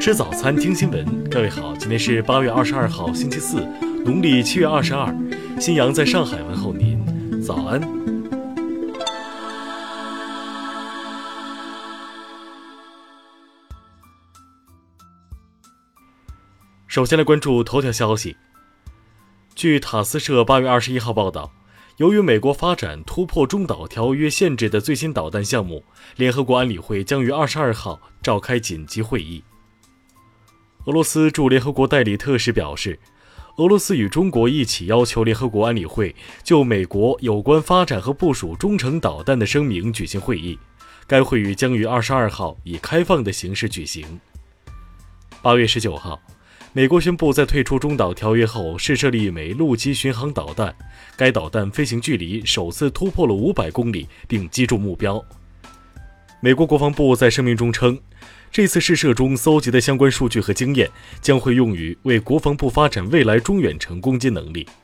吃早餐，听新闻。各位好，今天是8月22号，星期四，农历7月22。新阳在上海问候您，早安。首先来关注头条消息。据塔斯社8月21号报道，由于美国发展突破中导条约限制的最新导弹项目，联合国安理会将于22号召开紧急会议。俄罗斯驻联合国代理特使表示，俄罗斯与中国一起要求联合国安理会就美国有关发展和部署中程导弹的声明举行会议，该会议将于22号以开放的形式举行。8月19号，美国宣布在退出中导条约后试射了一枚陆基巡航导弹，该导弹飞行距离首次突破了500公里，并击中目标。美国国防部在声明中称，这次试射中搜集的相关数据和经验将会用于为国防部发展未来中远程攻击能力。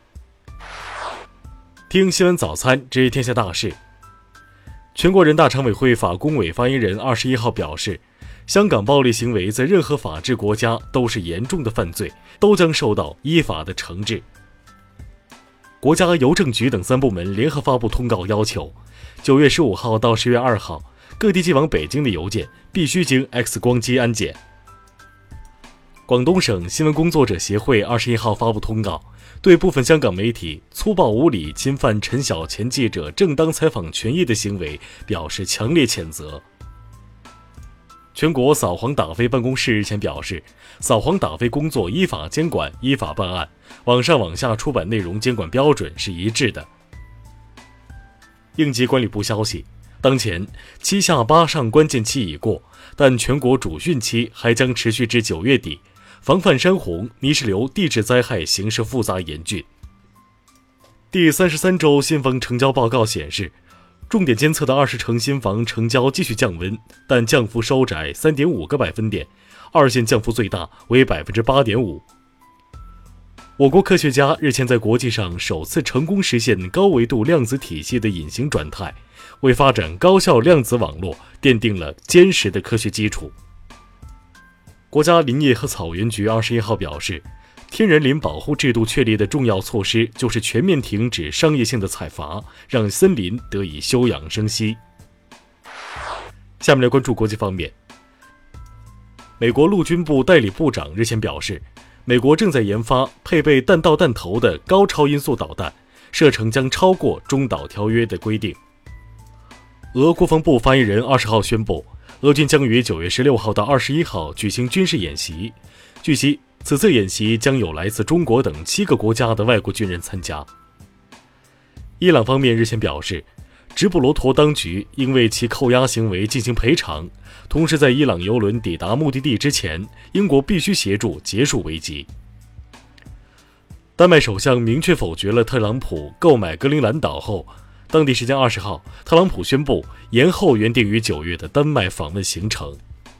听新闻早餐，知天下大事。全国人大常委会法工委发言人21号表示，香港暴力行为在任何法治国家都是严重的犯罪，都将受到依法的惩治。国家邮政局等3部门联合发布通告，要求9月15号到10月2号各地寄往北京的邮件必须经 X 光机安检。广东省新闻工作者协会21号发布通告，对部分香港媒体粗暴无理侵犯陈小前记者正当采访权益的行为表示强烈谴责。全国扫黄打非办公室日前表示，扫黄打非工作依法监管、依法办案，网上网下出版内容监管标准是一致的。应急管理部消息，当前7下8上关键期已过，但全国主汛期还将持续至9月底，防范山洪、泥石流、地质灾害形势复杂严峻。第33周新房成交报告显示，重点监测的20城新房成交继续降温，但降幅收窄 3.5个百分点，二线降幅最大为 8.5%。我国科学家日前在国际上首次成功实现高维度量子体系的隐形转态，为发展高效量子网络奠定了坚实的科学基础。国家林业和草原局21号表示，天然林保护制度确立的重要措施就是全面停止商业性的采伐，让森林得以休养生息。下面来关注国际方面。美国陆军部代理部长日前表示，美国正在研发配备弹道弹头的高超音速导弹，射程将超过中导条约的规定。俄国防部发言人20号宣布，俄军将于9月16号到21号举行军事演习。据悉，此次演习将有来自中国等7个国家的外国军人参加。伊朗方面日前表示，直布罗陀当局应为其扣押行为进行赔偿，同时在伊朗油轮抵达目的地之前，英国必须协助结束危机。丹麦首相明确否决了特朗普购买格陵兰岛后，当地时间20号，特朗普宣布延后原定于9月的丹麦访问行程。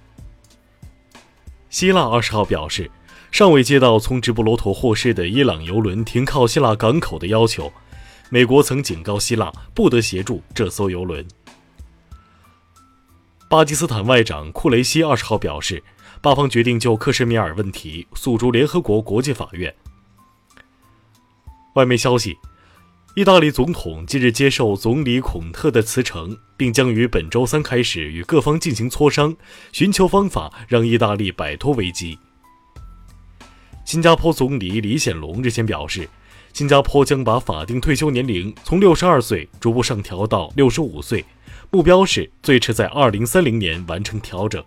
希腊20号表示，尚未接到从直布罗陀获释的伊朗油轮停靠希腊港口的要求，美国曾警告希腊不得协助这艘油轮。巴基斯坦外长库雷西20号表示，巴方决定就克什米尔问题诉诸联合国国际法院。外媒消息，意大利总统近日接受总理孔特的辞呈，并将于本周3开始与各方进行磋商，寻求方法让意大利摆脱危机。新加坡总理李显龙日前表示，新加坡将把法定退休年龄从62岁逐步上调到65岁，目标是最迟在2030年完成调整。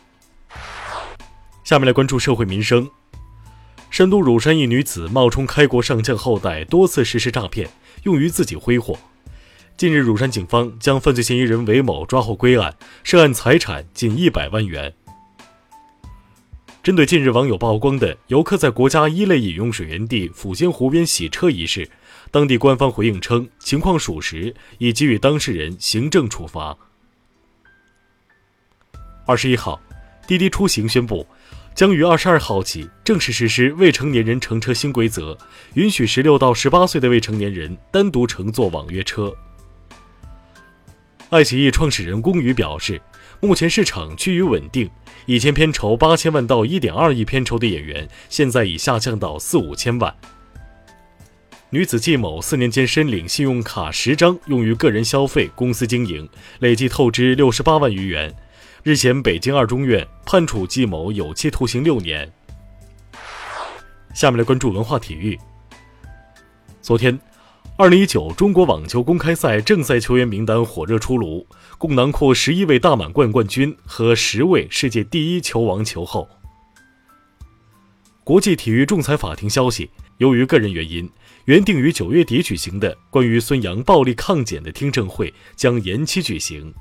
下面来关注社会民生。山东乳山一女子冒充开国上将后代，多次实施诈骗，用于自己挥霍。近日，乳山警方将犯罪嫌疑人韦某抓获归案，涉案财产近100万元。针对近日网友曝光的游客在国家1类饮用水源地抚仙湖边洗车一事，当地官方回应称情况属实，已给予当事人行政处罚。21号，滴滴出行宣布，将于22号起正式实施未成年人乘车新规则，允许16到18岁的未成年人单独乘坐网约车。 爱奇艺创始人龚宇表示，目前市场趋于稳定，以前片酬8000万到1.2亿片酬的演员，现在已下降到4-5千万。女子季某4年间申领信用卡10张，用于个人消费、公司经营，累计透支68万余元。日前，北京二中院判处季某有期徒刑6年。下面来关注文化体育。昨天，2019中国网球公开赛正赛球员名单火热出炉，共囊括11位大满贯冠军和10位世界第一球王球后。国际体育仲裁法庭消息，由于个人原因，原定于9月底举行的关于孙杨暴力抗检的听证会将延期举行。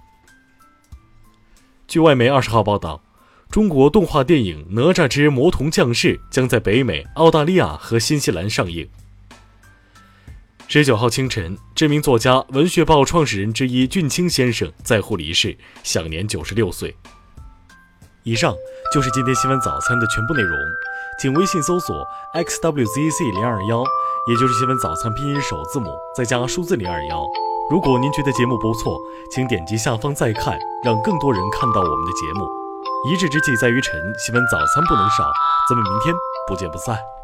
据外媒20号报道，中国动画电影《哪吒之魔童降世》将在北美、澳大利亚和新西兰上映。19号清晨，知名作家、文学报创始人之一俊卿先生在沪离世，享年96岁。以上就是今天新闻早餐的全部内容，请微信搜索 xwzc021，也就是新闻早餐拼音首字母再加数字021。如果您觉得节目不错，请点击下方再看，让更多人看到我们的节目。一日之计在于晨，新闻早餐不能少，咱们明天不见不散。